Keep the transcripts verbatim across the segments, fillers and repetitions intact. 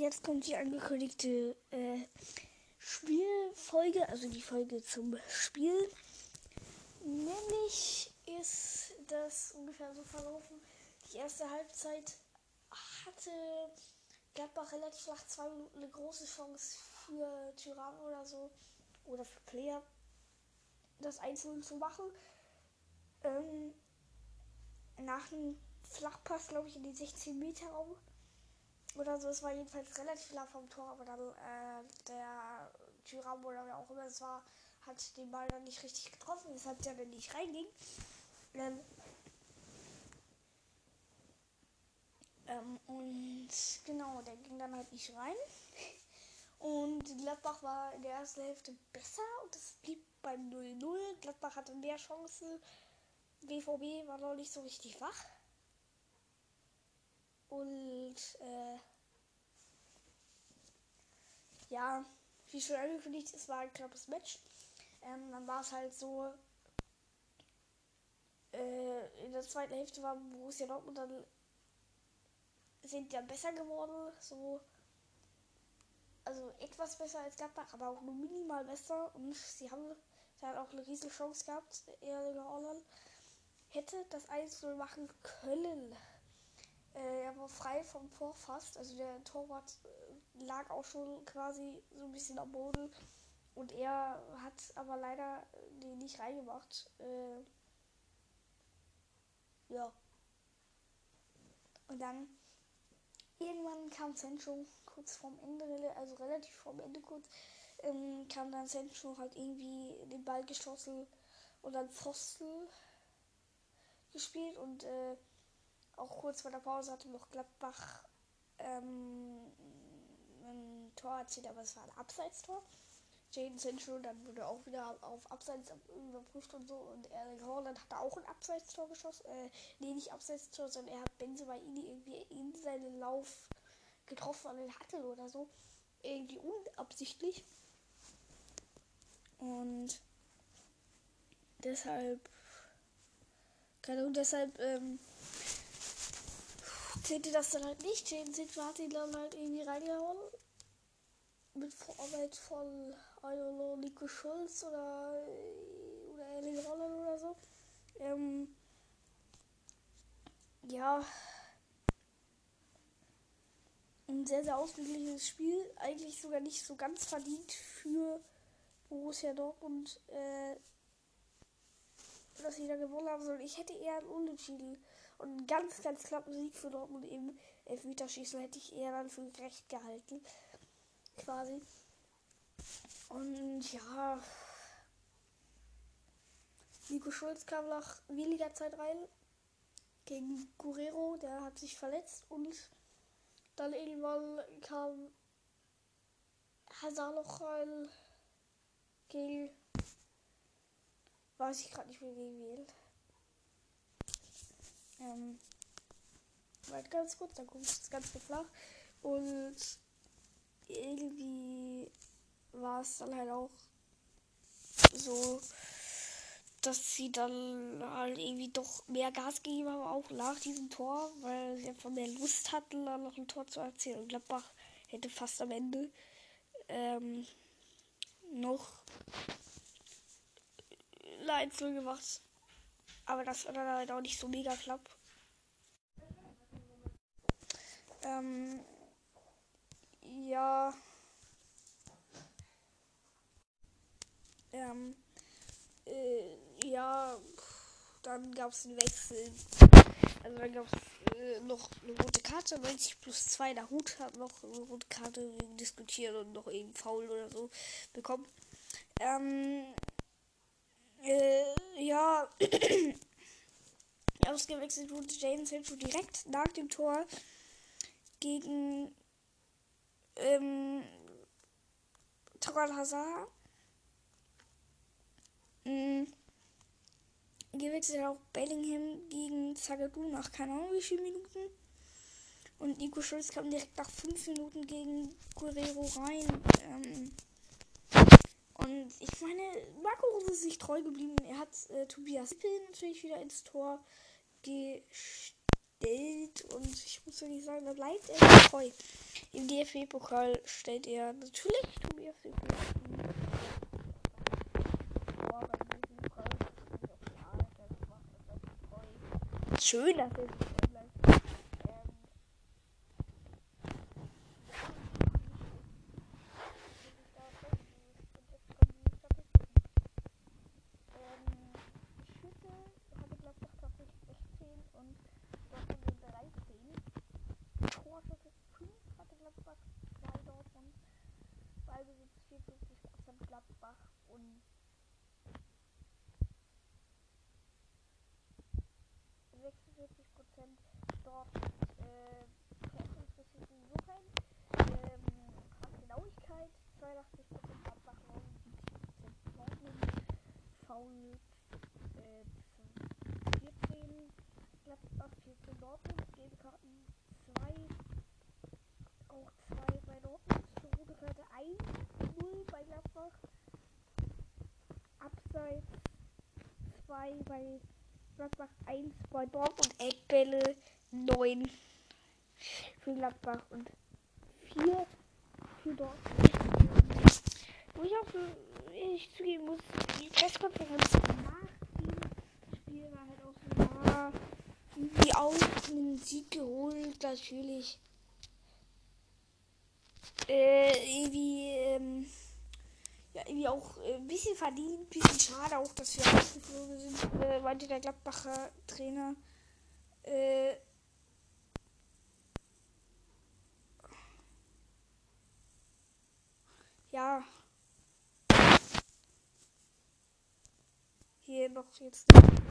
jetzt kommt die angekündigte äh, Spielfolge, also die Folge zum Spiel. Nämlich ist das ungefähr so verlaufen. Die erste Halbzeit hatte Gladbach relativ nach zwei Minuten eine große Chance für Thuram oder so, oder für Player, das eins null zu machen. Ähm, nach einem Flachpass, glaube ich, in die sechzehn Meter Raum oder so. Es war jedenfalls relativ nah vom Tor, aber dann äh, der Thuram oder wer auch immer es war, hat den Ball dann nicht richtig getroffen, weshalb der dann nicht reinging. Ähm, ähm, und genau, der ging dann halt nicht rein. Und Gladbach war in der ersten Hälfte besser und es blieb beim null null. Gladbach hatte mehr Chancen. B V B war noch nicht so richtig wach. Und äh, ja, wie schon angekündigt, es war ein knappes Match. Ähm, dann war es halt so, äh, in der zweiten Hälfte war Borussia Dortmund dann sind ja besser geworden, so, also etwas besser als Gladbach, aber auch nur minimal besser, und sie haben dann auch eine riesige Chance gehabt. Erling Haaland hätte das eins null machen können. Äh, er war frei vom Tor fast, also der Torwart äh, lag auch schon quasi so ein bisschen am Boden und er hat aber leider den nicht reingemacht. Äh, ja. Und dann irgendwann kam Sancho kurz vorm Ende, also relativ vorm Ende kurz, ähm, kam dann Sancho halt irgendwie den Ball geschossen und dann Pfosten gespielt und äh, auch kurz vor der Pause hatte noch Gladbach ähm, ein Tor erzielt, aber es war ein Abseitstor. Jadon Sancho dann wurde auch wieder auf Abseits überprüft und so, und Erling Haaland hatte auch ein Abseitstor geschossen, äh, nee, nicht Abseitstor, sondern er hat Bensebaini irgendwie in seinen Lauf getroffen an den Hattel oder so, irgendwie unabsichtlich, und deshalb keine und deshalb ähm, zählte das dann halt nicht. Jadon Sancho hat ihn dann halt irgendwie reingehauen mit Vorarbeit von, I don't know, Nico Schulz oder oder Erling Haaland oder so. Ähm, ja, ein sehr, sehr ausgeglichenes Spiel. Eigentlich sogar nicht so ganz verdient für Borussia Dortmund, äh, dass sie da gewonnen haben, sondern ich hätte eher einen Unentschieden und einen ganz, ganz knappen Sieg für Dortmund im Elfmeterschießen hätte ich eher dann für gerecht gehalten. Quasi. Und ja, Nico Schulz kam nach weniger Zeit rein gegen Guerrero, der hat sich verletzt, und dann irgendwann kam Hazard noch rein gegen, weiß ich gerade nicht mehr gegen wen. Ähm, warte ganz kurz, dann kommt es ganz flach. Und irgendwie war es dann halt auch so, dass sie dann halt irgendwie doch mehr Gas gegeben haben, auch nach diesem Tor, weil sie einfach mehr Lust hatten, dann noch ein Tor zu erzielen. Und Gladbach hätte fast am Ende ähm, noch eins null gemacht. Aber das war dann halt auch nicht so mega knapp. Ähm, ja. Ähm, äh, ja, dann gab es einen Wechsel. Also dann gab es äh, noch eine rote Karte, neunzig plus zwei. Der Hut hat noch eine rote Karte wegen Diskutieren und noch eben Foul oder so bekommen. Ähm, äh, ja, ausgewechselt wurde Jadon Sancho direkt nach dem Tor gegen ähm, Torgan Hazard. Mhm. Gewechselt auch Bellingham gegen Zagadou nach keine Ahnung wie viele Minuten. Und Nico Schulz kam direkt nach fünf Minuten gegen Guerrero rein. Ähm, und ich meine, Marco Rose ist sich treu geblieben. Er hat äh, Tobias Sippel natürlich wieder ins Tor gestellt. gestellt und ich muss wirklich sagen, da bleibt er treu. Im D F B-Pokal stellt er natürlich Tobias Siegel. Schön, dass er sich bleibt. Ähm, ähm, Schüsse hatte Gladbach tatsächlich sechzehn und Dortmund dreizehn. Torschüsse fünf hatte Gladbach, zwei Dortmund. Ballbesitz vierundfünfzig Prozent Gladbach und sechsundvierzig Prozent Dortmund. Äh, Pressungsbesitzung Jochen. Ähm, Passgenauigkeit zweiundachtzig Prozent Gladbach, neunundsiebzig Prozent Dortmund. Foul äh, vierzehn Gladbach, vierzehn Dortmund. Gelbe Karten zwei, auch zwei bei Dortmund. Rote Karte eins null bei Gladbach. Abseits zwei bei Gladbach, eins bei Dortmund. Eckbälle neun für Gladbach und vier für Dortmund. Wo ich auch so ehrlich zugeben muss, die Pressekonferenz nach dem Spiel war halt auch so, ja, wie auch einen Sieg geholt, natürlich. Äh, irgendwie, ähm, ja, irgendwie auch äh, ein bisschen verdient, ein bisschen schade auch, dass wir rausgeflogen sind, äh, meinte der Gladbacher Trainer. Äh, ja, hier noch jetzt.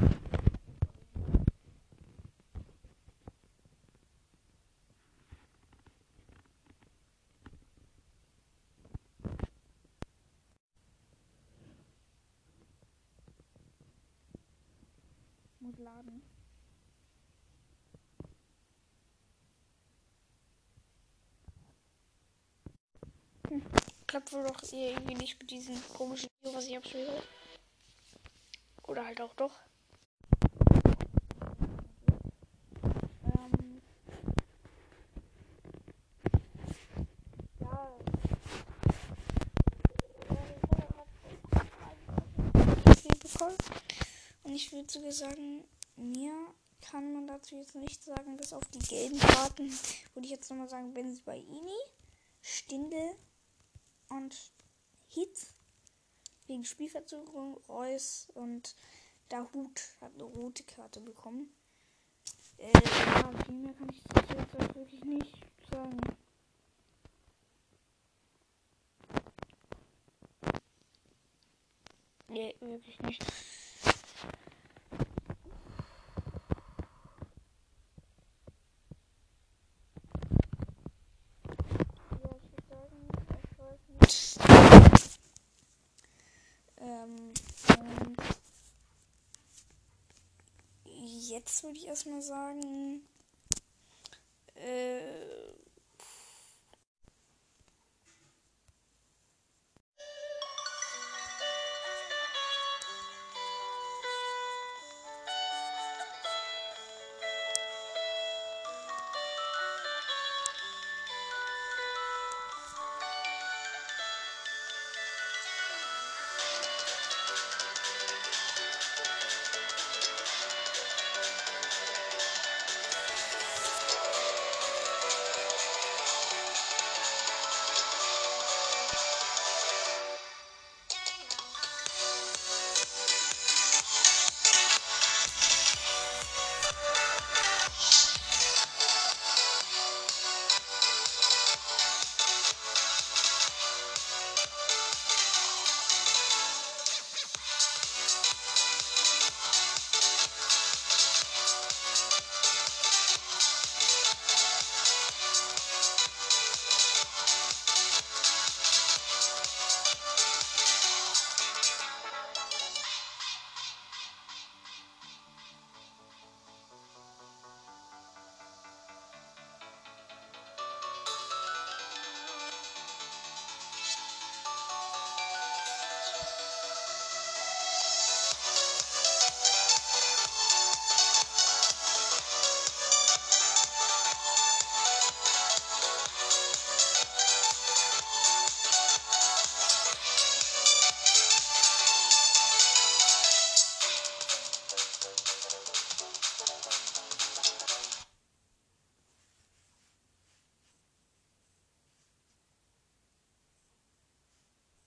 Muss laden. Hm. Klappt wohl doch irgendwie nicht mit diesem komischen Video, was ich abspiele. Oder halt auch doch. Ähm, ja. Und ich würde sogar sagen, mir kann man dazu jetzt nicht sagen, dass auf die gelben Karten, würde ich jetzt nochmal sagen, Bensebaini, Stindl und Hitz wegen Spielverzögerung, Reus und Dahut hat eine rote Karte bekommen. Äh, ja, viel mehr kann ich dazu jetzt auch wirklich nicht sagen. Nee, wirklich nicht. Ähm, und jetzt würde ich erstmal sagen, äh,